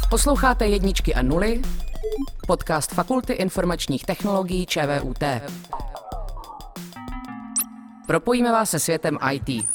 Posloucháte Jedničky a nuly, podcast Fakulty informačních technologií ČVUT. Propojíme vás se světem IT.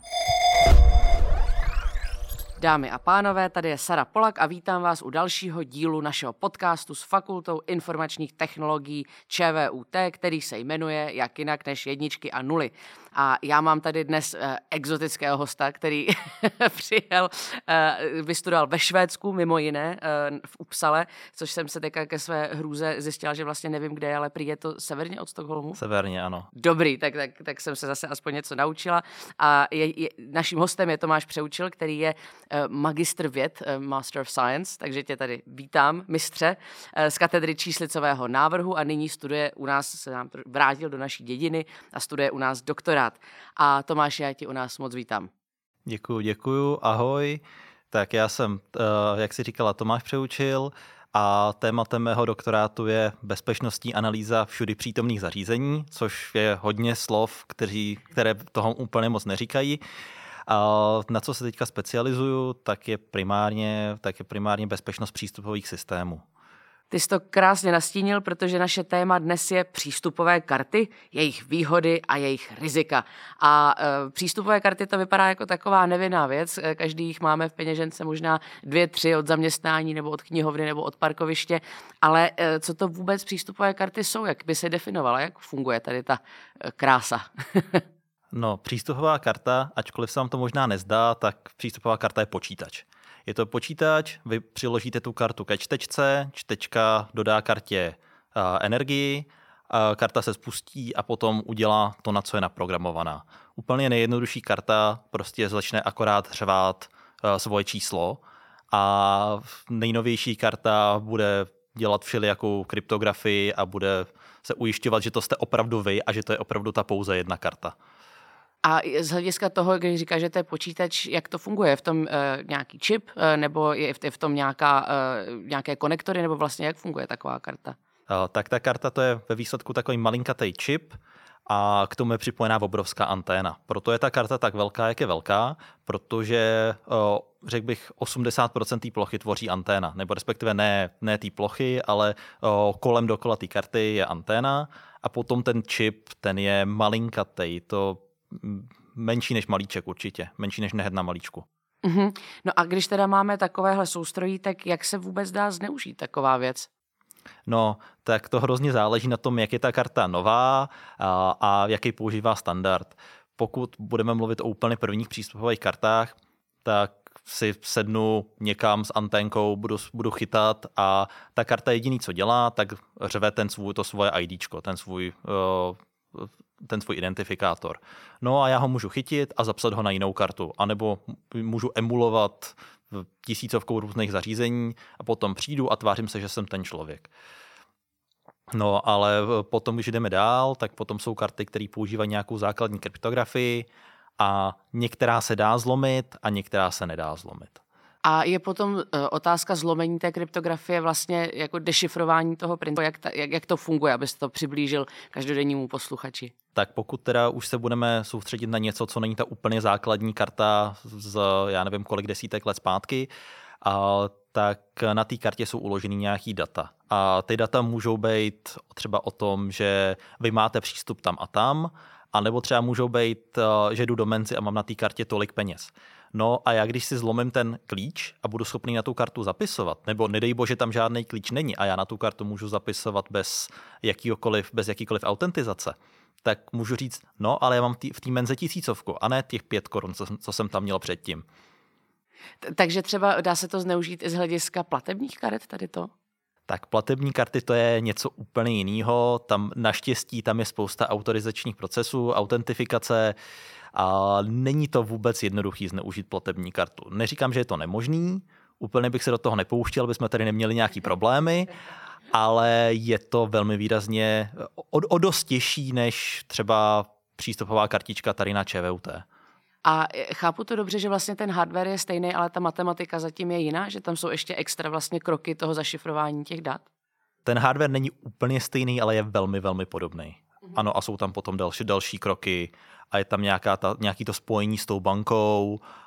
Dámy a pánové, tady je Sara Polak a vítám vás u dalšího dílu našeho podcastu s Fakultou informačních technologií ČVUT, který se jmenuje jak jinak než Jedničky a nuly. A já mám tady dnes exotického hosta, který přijel, vystudoval ve Švédsku, mimo jiné, v Uppsale, což jsem se teďka ke své hrůze zjistila, že vlastně nevím, kde je, ale prý je to severně od Stockholmu? Severně, ano. Dobrý, tak jsem se zase aspoň něco naučila. A naším hostem je Tomáš Přeučil, který je magistr věd, Master of Science, takže tě tady vítám, mistře, z katedry číslicového návrhu a nyní studuje u nás, se nám vrátil do naší dědiny a studuje u nás doktorát. A Tomáš, já ti u nás moc vítám. Děkuju, ahoj. Tak já jsem, jak jsi říkala, Tomáš Přeučil a tématem mého doktorátu je bezpečnostní analýza všudy přítomných zařízení, což je hodně slov, které toho úplně moc neříkají. A na co se teďka specializuju, tak je primárně bezpečnost přístupových systémů. Ty jsi to krásně nastínil, protože naše téma dnes je přístupové karty, jejich výhody a jejich rizika. A přístupové karty to vypadá jako taková nevinná věc. Každý jich máme v peněžence možná 2, 3 od zaměstnání nebo od knihovny nebo od parkoviště. Ale co to vůbec přístupové karty jsou? Jak by se definovala? Jak funguje tady ta krása? No, přístupová karta, ačkoliv se vám to možná nezdá, tak přístupová karta je počítač. Je to počítač, vy přiložíte tu kartu ke čtečce, čtečka dodá kartě energii, karta se spustí a potom udělá to, na co je naprogramovaná. Úplně nejjednodušší karta prostě začne akorát řvát svoje číslo a nejnovější karta bude dělat všelijakou kryptografii a bude se ujišťovat, že to jste opravdu vy a že to je opravdu ta pouze jedna karta. A z hlediska toho, když říkáš, že to je počítač, jak to funguje? Je v tom nějaký čip nebo je v tom nějaké konektory nebo vlastně jak funguje taková karta? Tak ta karta to je ve výsledku takový malinkatý čip a k tomu je připojená obrovská anténa. Proto je ta karta tak velká, jak je velká, protože řekl bych 80% té plochy tvoří anténa, nebo respektive ne té plochy, ale kolem dokola té karty je anténa a potom ten čip, ten je malinkatý, to menší než malíček určitě, menší než nehed na malíčku. Mm-hmm. No a když teda máme takovéhle soustrojí, tak jak se vůbec dá zneužít taková věc? No, tak to hrozně záleží na tom, jak je ta karta nová a jaký používá standard. Pokud budeme mluvit o úplně prvních přístupových kartách, tak si sednu někam s anténkou, budu chytat a ta karta jediný, co dělá, tak řve to svoje IDčko, ten svůj identifikátor. No a já ho můžu chytit a zapsat ho na jinou kartu. A nebo můžu emulovat tisícovkou různých zařízení a potom přijdu a tvářím se, že jsem ten člověk. No ale potom, když jdeme dál, tak potom jsou karty, které používají nějakou základní kryptografii a některá se dá zlomit a některá se nedá zlomit. A je potom otázka zlomení té kryptografie vlastně jako dešifrování toho principu, jak to funguje, abyste to přiblížil každodennímu posluchači? Tak pokud teda už se budeme soustředit na něco, co není ta úplně základní karta z já nevím kolik desítek let zpátky, tak na té kartě jsou uložený nějaký data. A ty data můžou být třeba o tom, že vy máte přístup tam a tam, anebo třeba můžou být, že jdu do Menzy a mám na té kartě tolik peněz. No a já když si zlomím ten klíč a budu schopný na tu kartu zapisovat, nebo nedej bože tam žádný klíč není a já na tu kartu můžu zapisovat bez jakýkoliv autentizace, tak můžu říct, no ale já mám v té Menze 1000 a ne těch 5 korun, co jsem tam měl předtím. Takže třeba dá se to zneužít i z hlediska platebních karet tady to? Tak platební karty to je něco úplně jiného. Tam naštěstí tam je spousta autorizačních procesů, autentifikace a není to vůbec jednoduchý zneužít platební kartu. Neříkám, že je to nemožný, úplně bych se do toho nepouštěl, aby jsme tady neměli nějaký problémy, ale je to velmi výrazně o dost těžší než třeba přístupová kartička tady na ČVUT. A chápu to dobře, že vlastně ten hardware je stejný, ale ta matematika zatím je jiná, že tam jsou ještě extra vlastně kroky toho zašifrování těch dat? Ten hardware není úplně stejný, ale je velmi, velmi podobný. Ano, a jsou tam potom další kroky a je tam nějaký to spojení s tou bankou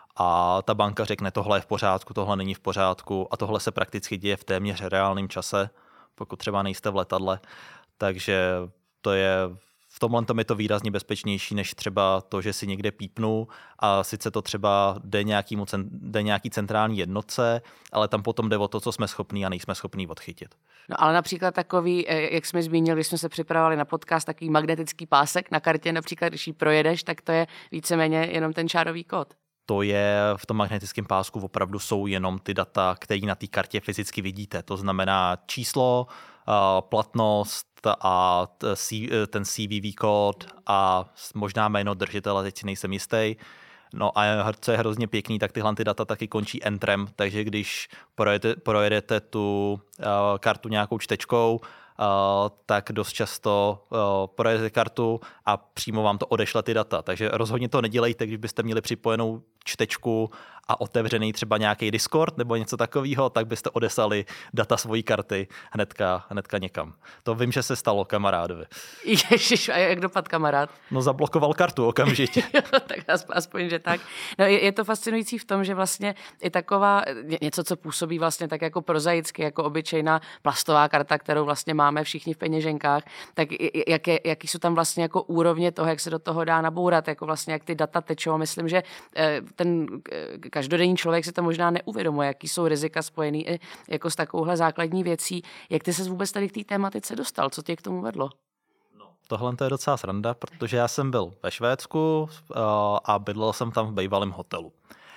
a ta banka řekne, tohle je v pořádku, tohle není v pořádku a tohle se prakticky děje v téměř reálném čase, pokud třeba nejste v letadle. Takže to je, v tomhle tom je to výrazně bezpečnější, než třeba to, že si někde pípnu a sice to třeba jde nějaký centrální jednotce, ale tam potom jde o to, co jsme schopní a nejsme schopní odchytit. No ale například takový, jak jsme zmínili, když jsme se připravovali na podcast, takový magnetický pásek na kartě, například když ji projedeš, tak to je víceméně jenom ten čárový kód. To je v tom magnetickém pásku opravdu jsou jenom ty data, které na té kartě fyzicky vidíte. To znamená číslo, platnost a ten CVV kód a možná jméno držitele, teď si nejsem jistý. No a co je hrozně pěkný, tak tyhle ty data taky končí entrem, takže když projedete tu kartu nějakou čtečkou, tak dost často projedete kartu a přímo vám to odešle ty data. Takže rozhodně to nedělejte, když byste měli připojenou čtečku a otevřený třeba nějaký Discord nebo něco takového, tak byste odeslali data svojí karty hnedka někam. To vím, že se stalo kamarádovi. Ježiš, a jak dopad kamarád? No zablokoval kartu okamžitě. Tak aspoň, že tak. No, je to fascinující v tom, že vlastně i taková něco, co působí vlastně tak jako prozaicky, jako obyčejná plastová karta, kterou vlastně máme všichni v peněženkách, tak jaký jsou tam vlastně jako úrovně toho, jak se do toho dá nabourat, jako vlastně jak ty data tečou. Myslím, že ten každodenní člověk si to možná neuvědomuje, jaký jsou rizika spojený i jako s takovouhle základní věcí. Jak ty ses vůbec tady k té tématice dostal? Co tě k tomu vedlo? Tohle to je docela sranda, protože já jsem byl ve Švédsku a bydlel jsem tam v bývalém hotelu.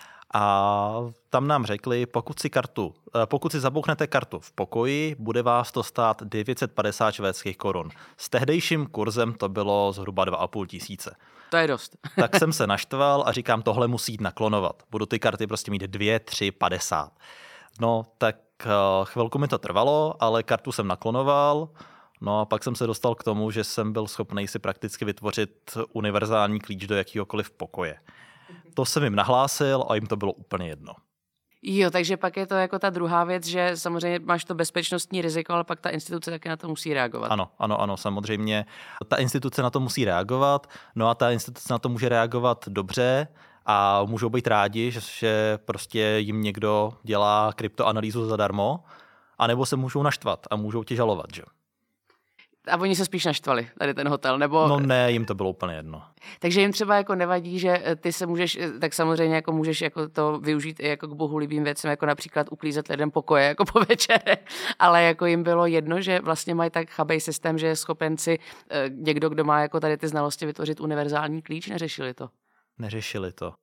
A tam nám řekli, pokud si zabouchnete kartu v pokoji, bude vás to stát 950 švédských korun. S tehdejším kurzem to bylo zhruba 2,5 tisíce. To je dost. Tak jsem se naštval a říkám, tohle musí jít naklonovat. Budu ty karty prostě mít 2, 3, 50. No tak chvilku mi to trvalo, ale kartu jsem naklonoval. No a pak jsem se dostal k tomu, že jsem byl schopný si prakticky vytvořit univerzální klíč do jakýhokoliv pokoje. To jsem jim nahlásil a jim to bylo úplně jedno. Jo, takže pak je to jako ta druhá věc, že samozřejmě máš to bezpečnostní riziko, ale pak ta instituce taky na to musí reagovat. Ano, samozřejmě. Ta instituce na to musí reagovat, no a ta instituce na to může reagovat dobře a můžou být rádi, že prostě jim někdo dělá kryptoanalýzu zadarmo, anebo se můžou naštvat a můžou tě žalovat, že? A oni se spíš naštvali, tady ten hotel, nebo... No ne, jim to bylo úplně jedno. Takže jim třeba jako nevadí, že ty se můžeš, tak samozřejmě jako můžeš jako to využít i jako k bohulibým věcem, jako například uklízet lidem pokoje jako po večere, ale jako jim bylo jedno, že vlastně mají tak chabej systém, že je schopen si někdo, kdo má jako tady ty znalosti, vytvořit univerzální klíč, neřešili to? Neřešili to.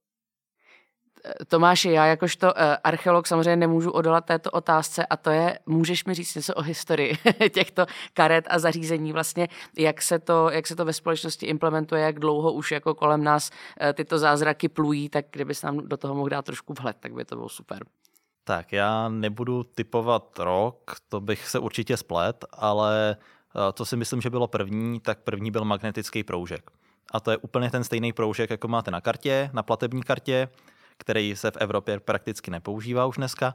Tomáši, já jakožto archeolog samozřejmě nemůžu odolat této otázce a to je, můžeš mi říct něco o historii těchto karet a zařízení, vlastně jak se to ve společnosti implementuje, jak dlouho už jako kolem nás tyto zázraky plují, tak kdybys nám do toho mohl dát trošku vhled, tak by to bylo super. Tak já nebudu typovat rok, to bych se určitě splet, ale co si myslím, že bylo první, tak první byl magnetický proužek. A to je úplně ten stejný proužek, jako máte na kartě, na platební kartě, který se v Evropě prakticky nepoužívá už dneska.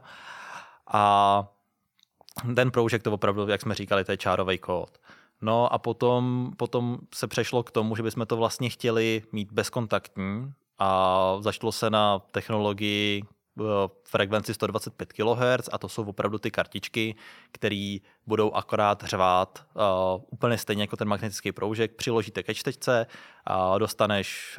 A ten proužek to opravdu, jak jsme říkali, to je čárový kód. No a potom se přešlo k tomu, že bychom to vlastně chtěli mít bezkontaktní a začalo se na technologii frekvenci 125 kHz a to jsou opravdu ty kartičky, které budou akorát řvát úplně stejně jako ten magnetický proužek. Přiložíte ke čtečce a dostaneš,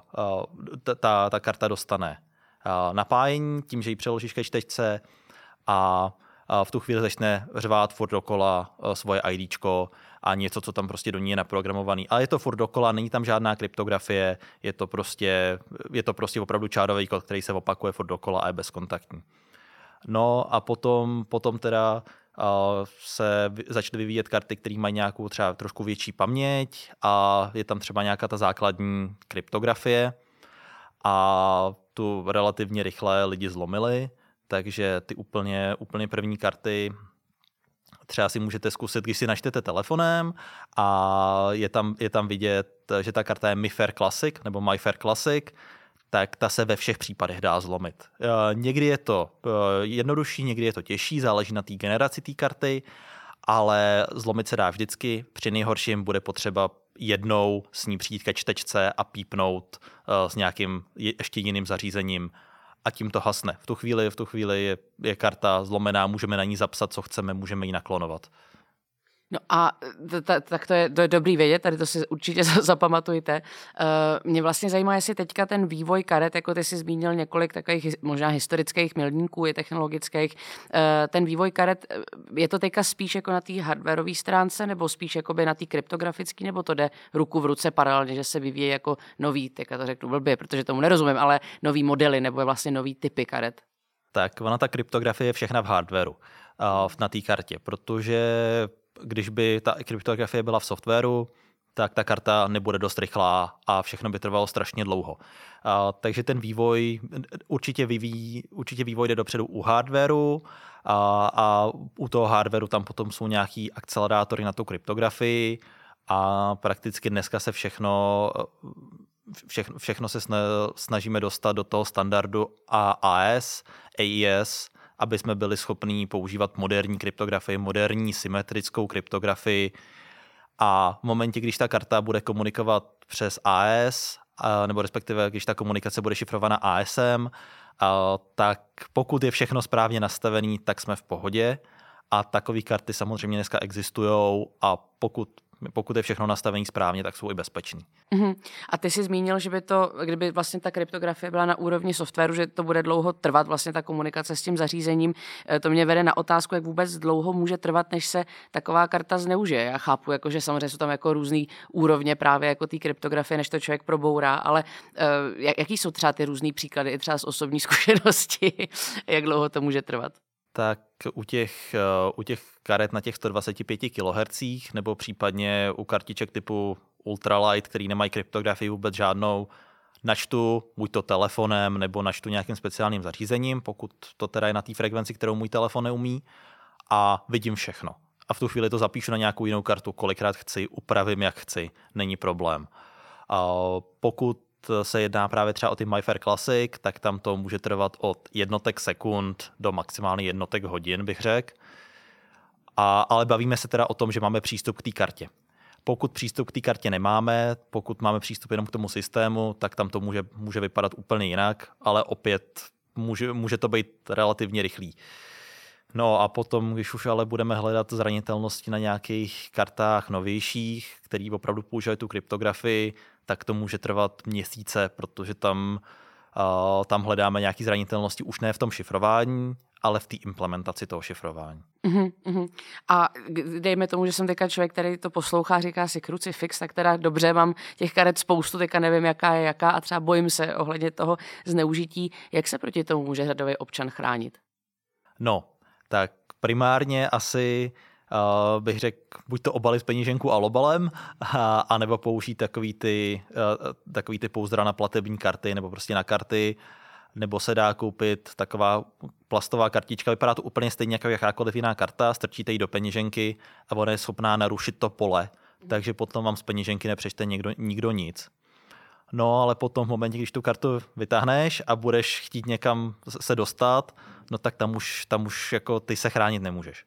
ta karta dostane napájení tím, že ji přeložíš ke čtečce a v tu chvíli začne řvát furt dokola svoje IDčko a něco, co tam prostě do ní je naprogramovaný. Ale je to furt dokola, není tam žádná kryptografie, je to prostě opravdu čárový kód, který se opakuje furt dokola a je bezkontaktní. No a potom teda se začaly vyvíjet karty, které mají nějakou třeba trošku větší paměť a je tam třeba nějaká ta základní kryptografie a tu relativně rychle lidi zlomili, takže ty úplně první karty třeba si můžete zkusit, když si načtete telefonem a je tam vidět, že ta karta je MIFARE Classic nebo MyFair Classic, tak ta se ve všech případech dá zlomit. Někdy je to jednodušší, někdy je to těžší, záleží na té generaci té karty, ale zlomit se dá vždycky. Při nejhorším bude potřeba jednou s ní přijít ke čtečce a pípnout s nějakým ještě jiným zařízením a tím to hasne. V tu chvíli je karta zlomená, můžeme na ní zapsat, co chceme, můžeme ji naklonovat. No a tak to je dobrý vědět, tady to si určitě zapamatujte. Mě vlastně zajímá, jestli teďka ten vývoj karet, jako ty jsi zmínil několik takových možná historických milníků i technologických, ten vývoj karet, je to teďka spíš jako na té hardwareové stránce, nebo spíš jakoby na té kryptografické, nebo to jde ruku v ruce paralelně, že se vyvíjí jako nový, teďka to řeknu blbě, protože tomu nerozumím, ale nový modely nebo vlastně nový typy karet? Tak ona ta kryptografie je všechna v hardwareu, na té kartě, protože když by ta kryptografie byla v softwaru, tak ta karta nebude dost rychlá a všechno by trvalo strašně dlouho. Takže ten vývoj, určitě vývoj jde dopředu u hardwareu a u toho hardwareu tam potom jsou nějaký akcelerátory na tu kryptografii a prakticky dneska se všechno se snažíme dostat do toho standardu AES, aby jsme byli schopní používat moderní kryptografii, moderní symetrickou kryptografii. A v momentě, když ta karta bude komunikovat přes AES, nebo respektive když ta komunikace bude šifrovaná AESem, tak pokud je všechno správně nastavené, tak jsme v pohodě. A takové karty samozřejmě dneska existují a pokud je všechno nastavené správně, tak jsou i bezpečný. A ty jsi zmínil, že by to, kdyby vlastně ta kryptografie byla na úrovni softwaru, že to bude dlouho trvat, vlastně ta komunikace s tím zařízením. To mě vede na otázku, jak vůbec dlouho může trvat, než se taková karta zneužije. Já chápu, jako, že samozřejmě jsou tam jako různý úrovně právě jako té kryptografie, než to člověk probourá, ale jaký jsou třeba ty různý příklady, i třeba z osobní zkušenosti, jak dlouho to může trvat? Tak u těch karet na těch 125 kHz nebo případně u kartiček typu ultralight, který nemají kryptografii vůbec žádnou, načtu buď to telefonem nebo načtu nějakým speciálním zařízením, pokud to teda je na té frekvenci, kterou můj telefon neumí, a vidím všechno. A v tu chvíli to zapíšu na nějakou jinou kartu, kolikrát chci, upravím jak chci, není problém. Pokud se jedná právě třeba o ty MyFair Classic, tak tam to může trvat od jednotek sekund do maximálně jednotek hodin, bych řekl. Ale bavíme se teda o tom, že máme přístup k té kartě. Pokud přístup k té kartě nemáme, pokud máme přístup jenom k tomu systému, tak tam to může vypadat úplně jinak, ale opět může to být relativně rychlý. No a potom, když už ale budeme hledat zranitelnosti na nějakých kartách novějších, který opravdu používají tu kryptografii, tak to může trvat měsíce, protože tam hledáme nějaké zranitelnosti už ne v tom šifrování, ale v té implementaci toho šifrování. A dejme tomu, že jsem teďka člověk, který to poslouchá, říká si krucifix, tak teda dobře, mám těch karet spoustu, teďka nevím, jaká je jaká a třeba bojím se ohledně toho zneužití. Jak se proti tomu může řadový občan chránit? No, tak primárně asi bych řekl, buď to obalit peněženku alobalem, anebo použít takový ty pouzdra na platební karty, nebo prostě na karty, nebo se dá koupit taková plastová kartička, vypadá to úplně stejně jako jakákoliv jiná karta, strčíte ji do peněženky a ona je schopná narušit to pole, takže potom vám z peněženky nepřečte nikdo nic. No, ale potom v momentě, když tu kartu vytáhneš a budeš chtít někam se dostat, no tak tam už jako ty se chránit nemůžeš.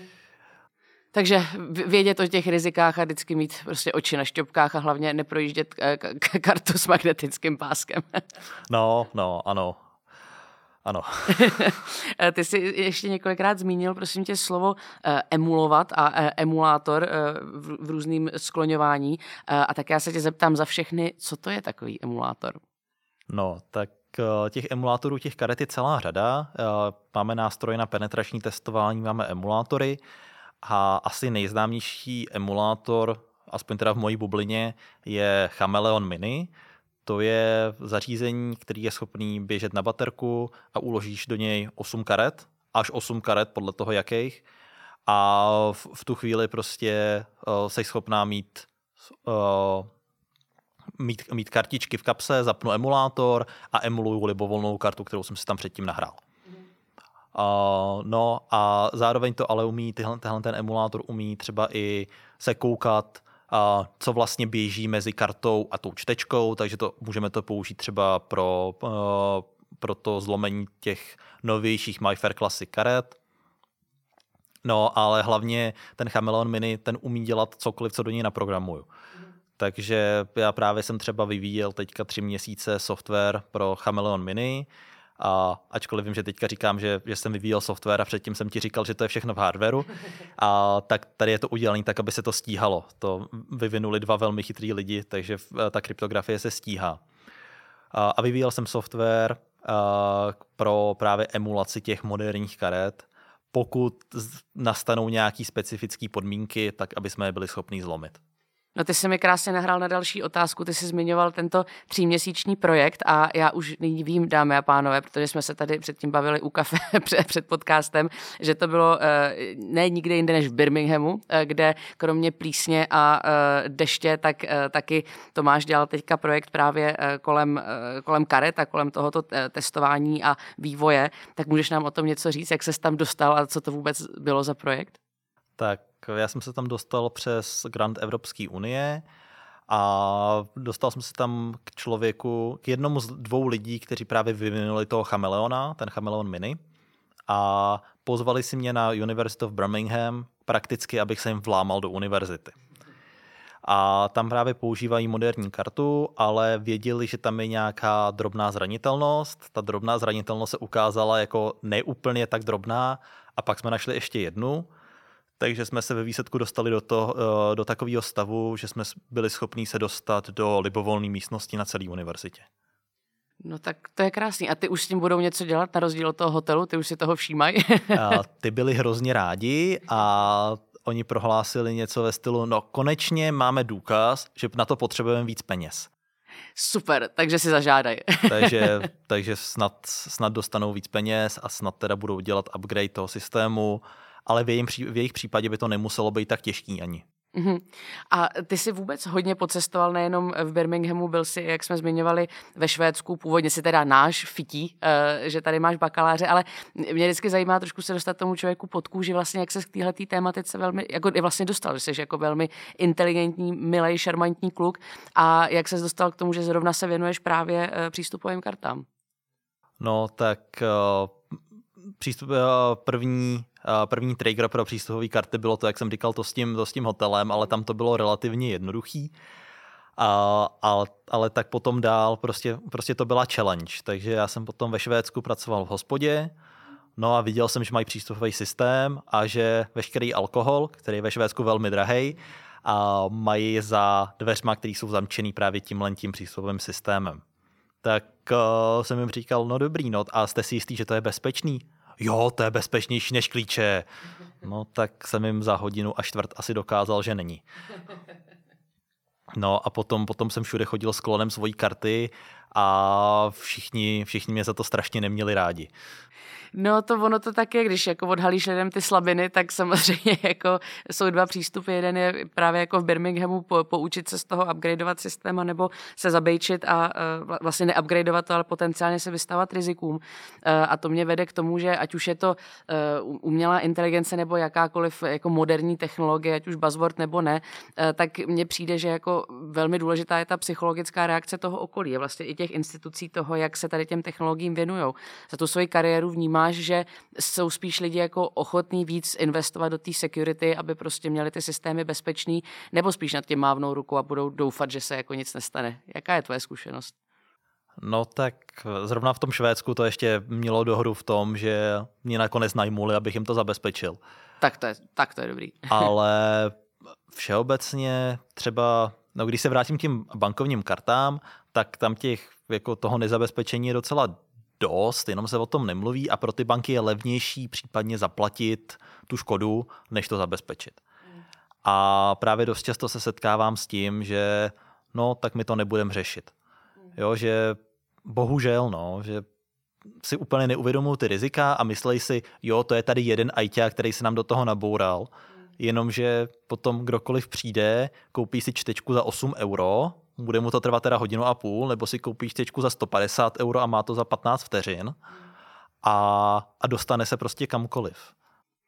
Takže vědět o těch rizikách a vždycky mít prostě oči na šťopkách a hlavně neprojíždět kartu s magnetickým páskem. No, ano. Ty jsi ještě několikrát zmínil, prosím tě, slovo emulovat a emulátor v různým skloňování. A tak já se tě zeptám za všechny, co to je takový emulátor? No, tak těch emulátorů, těch karet je celá řada. Máme nástroje na penetrační testování, máme emulátory a asi nejznámější emulátor, aspoň teda v mojí bublině, je Chameleon Mini. To je zařízení, který je schopný běžet na baterku a uložíš do něj 8 karet, až 8 karet podle toho jakých. A v tu chvíli prostě jsi schopná mít kartičky v kapse, zapnu emulátor a emuluju libovolnou kartu, kterou jsem si tam předtím nahrál. No a zároveň to ale umí, tenhle ten emulátor umí třeba i se koukat, co vlastně běží mezi kartou a tou čtečkou, takže můžeme to použít třeba pro to zlomení těch novějších MyFair Classic karet. No, ale hlavně ten Chameleon Mini, ten umí dělat cokoliv, co do něj naprogramuju. Takže já právě jsem třeba vyvíjel teďka 3 měsíce software pro Chameleon Mini Ačkoliv vím, že teďka říkám, že jsem vyvíjel software a předtím jsem ti říkal, že to je všechno v hardwareu, tak tady je to udělané tak, aby se to stíhalo. To vyvinuli 2 velmi chytrý lidi, takže ta kryptografie se stíhá. A vyvíjel jsem software pro právě emulaci těch moderních karet, pokud nastanou nějaké specifické podmínky, tak aby jsme je byli schopni zlomit. No ty jsi mi krásně nahrál na další otázku, ty jsi zmiňoval tento 3měsíční projekt a já už nyní vím, dámy a pánové, protože jsme se tady předtím bavili u kafe před podcastem, že to bylo ne nikde jinde než v Birminghamu, kde kromě plísně a deště, tak taky Tomáš dělal teďka projekt právě kolem karet a kolem tohoto testování a vývoje. Tak můžeš nám o tom něco říct, jak ses tam dostal a co to vůbec bylo za projekt? Tak já jsem se tam dostal přes grant Evropské unie a dostal jsem se tam k jednomu z 2 lidí, kteří právě vyvinuli toho chameleona, ten chameleon mini, a pozvali si mě na University of Birmingham prakticky, abych se jim vlámal do univerzity. A tam právě používají moderní kartu, ale věděli, že tam je nějaká drobná zranitelnost. Ta drobná zranitelnost se ukázala jako neúplně tak drobná a pak jsme našli ještě jednu. Takže jsme se ve výsledku dostali do takového stavu, že jsme byli schopni se dostat do libovolné místnosti na celé univerzitě. No tak to je krásný. A ty už s tím budou něco dělat na rozdíl od toho hotelu? Ty už si toho všímají? Ty byli hrozně rádi a oni prohlásili něco ve stylu, no konečně máme důkaz, že na to potřebujeme víc peněz. Super, takže si zažádají. takže snad dostanou víc peněz a snad teda budou dělat upgrade toho systému, ale v jejich případě by to nemuselo být tak těžký ani. Uhum. A ty jsi vůbec hodně pocestoval, nejenom v Birminghamu, byl jsi, jak jsme zmiňovali, ve Švédsku, původně si teda náš fití, že tady máš bakaláře, ale mě vždycky zajímá trošku se dostat tomu člověku pod kůži, vlastně jak se k téhletý tématice velmi, jako vlastně dostal, že jsi jako velmi inteligentní, milej, šarmantní kluk a jak ses dostal k tomu, že zrovna se věnuješ právě přístupovým kartám? No tak první trigger pro přístupové karty bylo to, jak jsem říkal, to s tím hotelem, ale tam to bylo relativně jednoduchý. Ale tak potom dál prostě to byla challenge. Takže já jsem potom ve Švédsku pracoval v hospodě, no a viděl jsem, že mají přístupový systém a že veškerý alkohol, který je ve Švédsku velmi drahej, a mají za dveřma, který jsou zamčený právě tím přístupovým systémem. Tak jsem jim říkal, no dobrý, no a jste si jistý, že to je bezpečný? Jo, to je bezpečnější než klíče. No tak jsem jim za 1.25 hodiny asi dokázal, že není. No a potom jsem všude chodil s klonem svojí karty a všichni mě za to strašně neměli rádi. No ono to tak je, když jako odhalíš lidem ty slabiny, tak samozřejmě jako jsou 2 přístupy. Jeden je právě jako v Birminghamu poučit se z toho upgradeovat systém, nebo se zabejčit a vlastně neupgradeovat to, ale potenciálně se vystavovat rizikům. A to mě vede k tomu, že ať už je to umělá inteligence nebo jakákoliv jako moderní technologie, ať už buzzword nebo ne, tak mně přijde, že jako velmi důležitá je ta psychologická reakce toho okolí, vlastně i těch institucí toho, jak se tady těm technologiím věnujou. Za tu svoji kariéru vnímáš, že jsou spíš lidi jako ochotní víc investovat do té security, aby prostě měli ty systémy bezpečný, nebo spíš nad tím mávnou rukou a budou doufat, že se jako nic nestane. Jaká je tvoje zkušenost? No tak zrovna v tom Švédsku to ještě mělo dohru v tom, že mě nakonec najmuli, abych jim to zabezpečil. Tak to je dobrý. Ale všeobecně třeba, když se vrátím k těm bankovním kartám, tak tam jako toho nezabezpečení je docela dost, jenom se o tom nemluví a pro ty banky je levnější případně zaplatit tu škodu, než to zabezpečit. A právě dost často se setkávám s tím, že no, tak my to nebudeme řešit. Jo, že bohužel, že si úplně neuvědomují ty rizika a myslej si, jo, to je tady jeden ajťák, který se nám do toho naboural, jenomže potom kdokoliv přijde, koupí si čtečku za 8 €, bude mu to trvat teda 1.5 hodiny, nebo si koupí čtečku za 150 € a má to za 15 vteřin a dostane se prostě kamkoliv.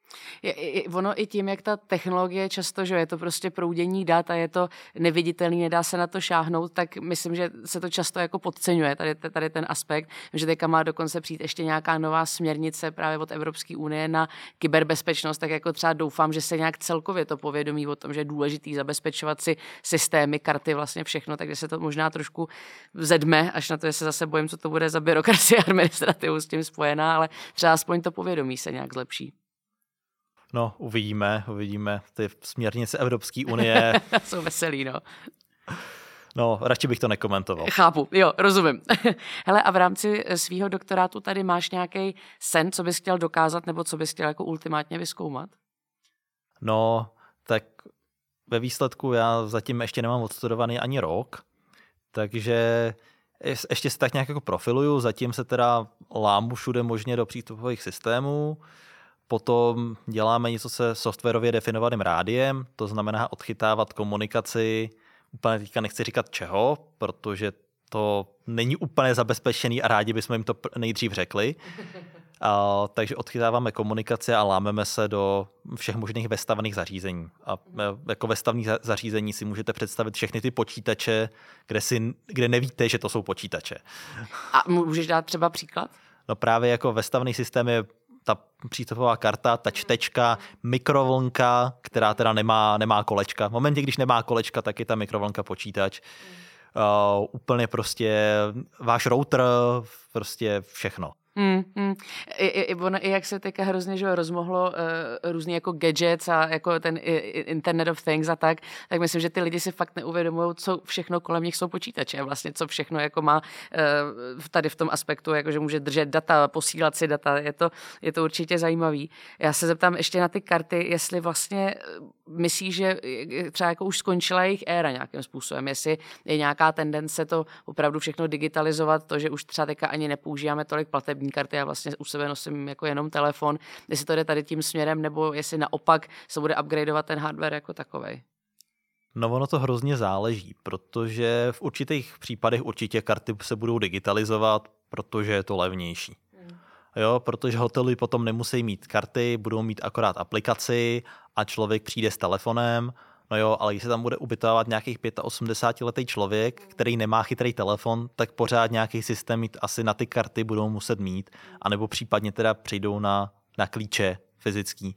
Ono i tím, jak ta technologie často, že je to prostě proudění dat a je to neviditelný, nedá se na to šáhnout, tak myslím, že se to často jako podceňuje, tady ten aspekt, že teďka má dokonce přijít ještě nějaká nová směrnice právě od Evropské unie na kyberbezpečnost, tak jako třeba doufám, že se nějak celkově to povědomí o tom, že je důležitý zabezpečovat si systémy, karty, vlastně všechno, takže se to možná trošku zedme, až na to, že se zase bojím, co to bude za byrokracie a administrativu s tím spojená, ale třeba aspoň to povědomí se nějak zlepší. No, uvidíme. Ty směrnice Evropské unie jsou veselý, no. No, radši bych to nekomentoval. Chápu, jo, rozumím. Hele, a v rámci svýho doktorátu tady máš nějaký sen, co bys chtěl dokázat, nebo co bys chtěl jako ultimátně vyzkoumat? No, tak ve výsledku já zatím ještě nemám odstudovaný ani rok, takže ještě se tak nějak jako profiluju, zatím se teda lámu všude možně do přístupových systémů, potom děláme něco se softwarově definovaným rádiem, to znamená odchytávat komunikaci, úplně teďka nechci říkat čeho, protože to není úplně zabezpečený a rádi bychom jim to nejdřív řekli. Takže odchytáváme komunikaci a lámeme se do všech možných vestavných zařízení. A jako vestavných zařízení si můžete představit všechny ty počítače, kde nevíte, že to jsou počítače. A můžeš dát třeba příklad? No právě jako vestavný systém je ta přístupová karta, ta čtečka, mikrovlnka, která teda nemá kolečka. V momentě, když nemá kolečka, tak je ta mikrovlnka počítač. Úplně prostě váš router, prostě všechno. I jak se teďka hrozně že rozmohlo různý jako gadgets a jako ten Internet of Things a tak myslím, že ty lidi si fakt neuvědomují, co všechno kolem nich jsou počítače a vlastně co všechno jako má tady v tom aspektu, jako že může držet data, posílat si data, je to určitě zajímavý. Já se zeptám ještě na ty karty, jestli vlastně myslíš, že třeba jako už skončila jejich éra nějakým způsobem, jestli je nějaká tendence to opravdu všechno digitalizovat, to, že už třeba teďka ani nepoužíváme tolik platební karty, já vlastně u sebe nosím jako jenom telefon, jestli to jde tady tím směrem, nebo jestli naopak se bude upgradeovat ten hardware jako takovej. No ono to hrozně záleží, protože v určitých případech určitě karty se budou digitalizovat, protože je to levnější. Jo, protože hotely potom nemusí mít karty, budou mít akorát aplikaci a člověk přijde s telefonem. No jo, ale když se tam bude ubytovat nějakých 85letý člověk, který nemá chytrý telefon, tak pořád nějaký systém mít asi na ty karty budou muset mít, anebo případně teda přijdou na klíče fyzický.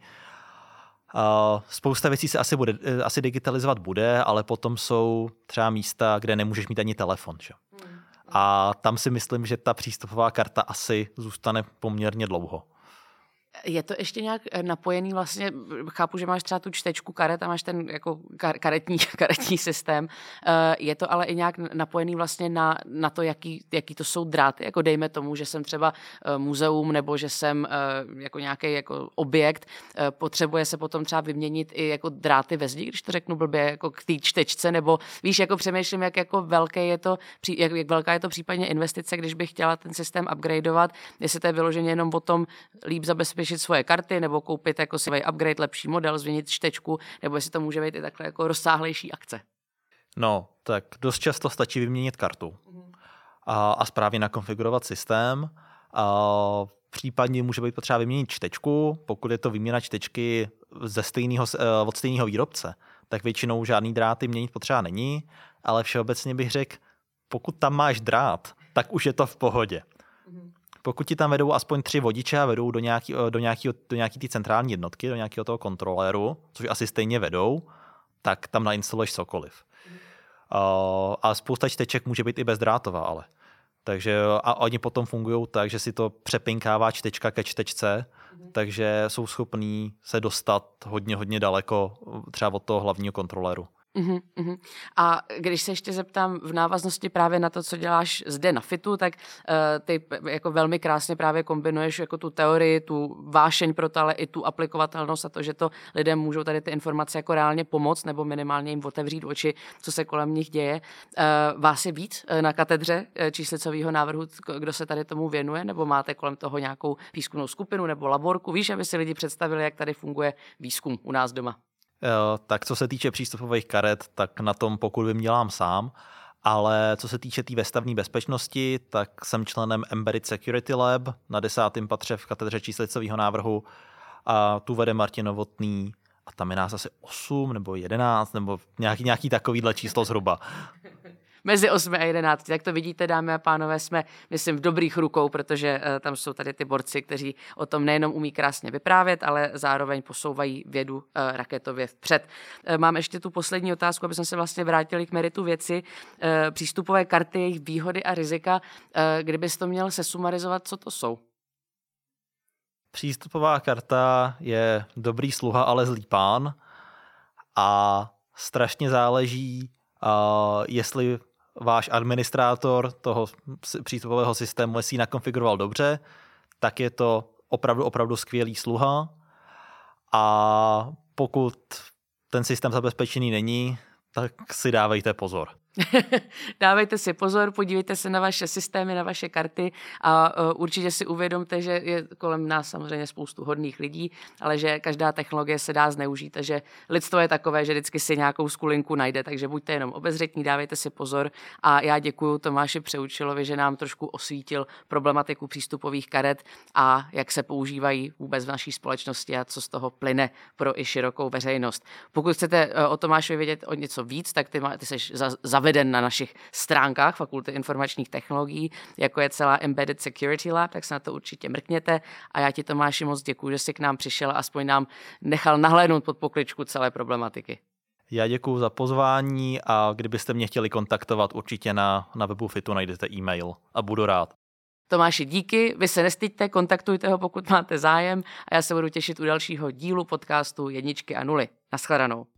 Spousta věcí se asi digitalizovat bude, ale potom jsou třeba místa, kde nemůžeš mít ani telefon. Že? A tam si myslím, že ta přístupová karta asi zůstane poměrně dlouho. Je to ještě nějak napojený vlastně, chápu, že máš třeba tu čtečku karet a máš ten jako karetní systém, je to ale i nějak napojený vlastně na to, jaký to jsou dráty, jako dejme tomu, že jsem třeba muzeum nebo že jsem jako nějaký jako objekt, potřebuje se potom třeba vyměnit i jako dráty ve zdi, když to řeknu blbě, jako k té čtečce, nebo víš, jako přemýšlím, jak jako velké je to, jak velká je to případně investice, když bych chtěla ten systém upgradeovat, jestli to je vyloženě jenom o tom líp zabezpečit svoje karty, nebo koupit jako si upgrade, lepší model, změnit čtečku, nebo jestli to může být i takhle jako rozsáhlejší akce. No, tak dost často stačí vyměnit kartu a správně nakonfigurovat systém. Případně může být potřeba vyměnit čtečku, pokud je to výměna čtečky od stejného výrobce, tak většinou žádný dráty měnit potřeba není, ale všeobecně bych řekl, pokud tam máš drát, tak už je to v pohodě. Pokud ti tam vedou aspoň 3 vodiče a vedou do nějaký té centrální jednotky, do nějakého toho kontroléru, což asi stejně vedou, tak tam nainstaluješ cokoliv. A spousta čteček může být i bezdrátová, ale. Takže a oni potom fungují tak, že si to přepinkává čtečka ke čtečce, takže jsou schopní se dostat hodně daleko třeba od toho hlavního kontroléru. A když se ještě zeptám v návaznosti právě na to, co děláš zde na FITu, tak ty jako velmi krásně právě kombinuješ jako tu teorii, tu vášeň pro to, ale i tu aplikovatelnost a to, že to lidem můžou tady ty informace jako reálně pomoct nebo minimálně jim otevřít oči, co se kolem nich děje. Vás je víc na katedře číslicového návrhu, kdo se tady tomu věnuje, nebo máte kolem toho nějakou výzkumnou skupinu nebo laborku? Víš, aby si lidi představili, jak tady funguje výzkum u nás doma? Tak co se týče přístupových karet, tak na tom pokud vím dělám sám, ale co se týče té vestavní bezpečnosti, tak jsem členem Embedded Security Lab na 10. patře v katedře číslicového návrhu a tu vede Martin Novotný a tam je nás asi 8 nebo 11 nebo nějaký takovýhle číslo zhruba. Mezi 8 a 11. Jak to vidíte, dámy a pánové, jsme, myslím, v dobrých rukou, protože tam jsou tady ty borci, kteří o tom nejenom umí krásně vyprávět, ale zároveň posouvají vědu raketově vpřed. Mám ještě tu poslední otázku, aby jsme se vlastně vrátili k meritu věci. Přístupové karty, jejich výhody a rizika. Kdybys to měl sesumarizovat, co to jsou? Přístupová karta je dobrý sluha, ale zlý pán a strašně záleží, jestli váš administrátor toho přístupového systému, jestli ji nakonfiguroval dobře, tak je to opravdu skvělý sluha a pokud ten systém zabezpečený není, tak si dávejte pozor. Dávejte si pozor, podívejte se na vaše systémy, na vaše karty a určitě si uvědomte, že je kolem nás samozřejmě spoustu hodných lidí, ale že každá technologie se dá zneužít a že lidstvo je takové, že vždycky si nějakou skulinku najde, takže buďte jenom obezřetní, dávejte si pozor a já děkuji Tomáši Přeučilovi, že nám trošku osvítil problematiku přístupových karet a jak se používají vůbec v naší společnosti a co z toho plyne pro i širokou veřejnost. Pokud chcete o Tomášovi vědět o něco víc, tak ty jsi zaveden na našich stránkách Fakulty informačních technologií, jako je celá Embedded Security Lab, tak se na to určitě mrkněte a já ti, Tomáši, moc děkuji, že jsi k nám přišel a aspoň nám nechal nahlédnout pod pokličku celé problematiky. Já děkuji za pozvání a kdybyste mě chtěli kontaktovat, určitě na webu FITu najdete e-mail a budu rád. Tomáši, díky, vy se nestyďte, kontaktujte ho, pokud máte zájem a já se budu těšit u dalšího dílu podcastu Jedničky a nuly. Naschledanou.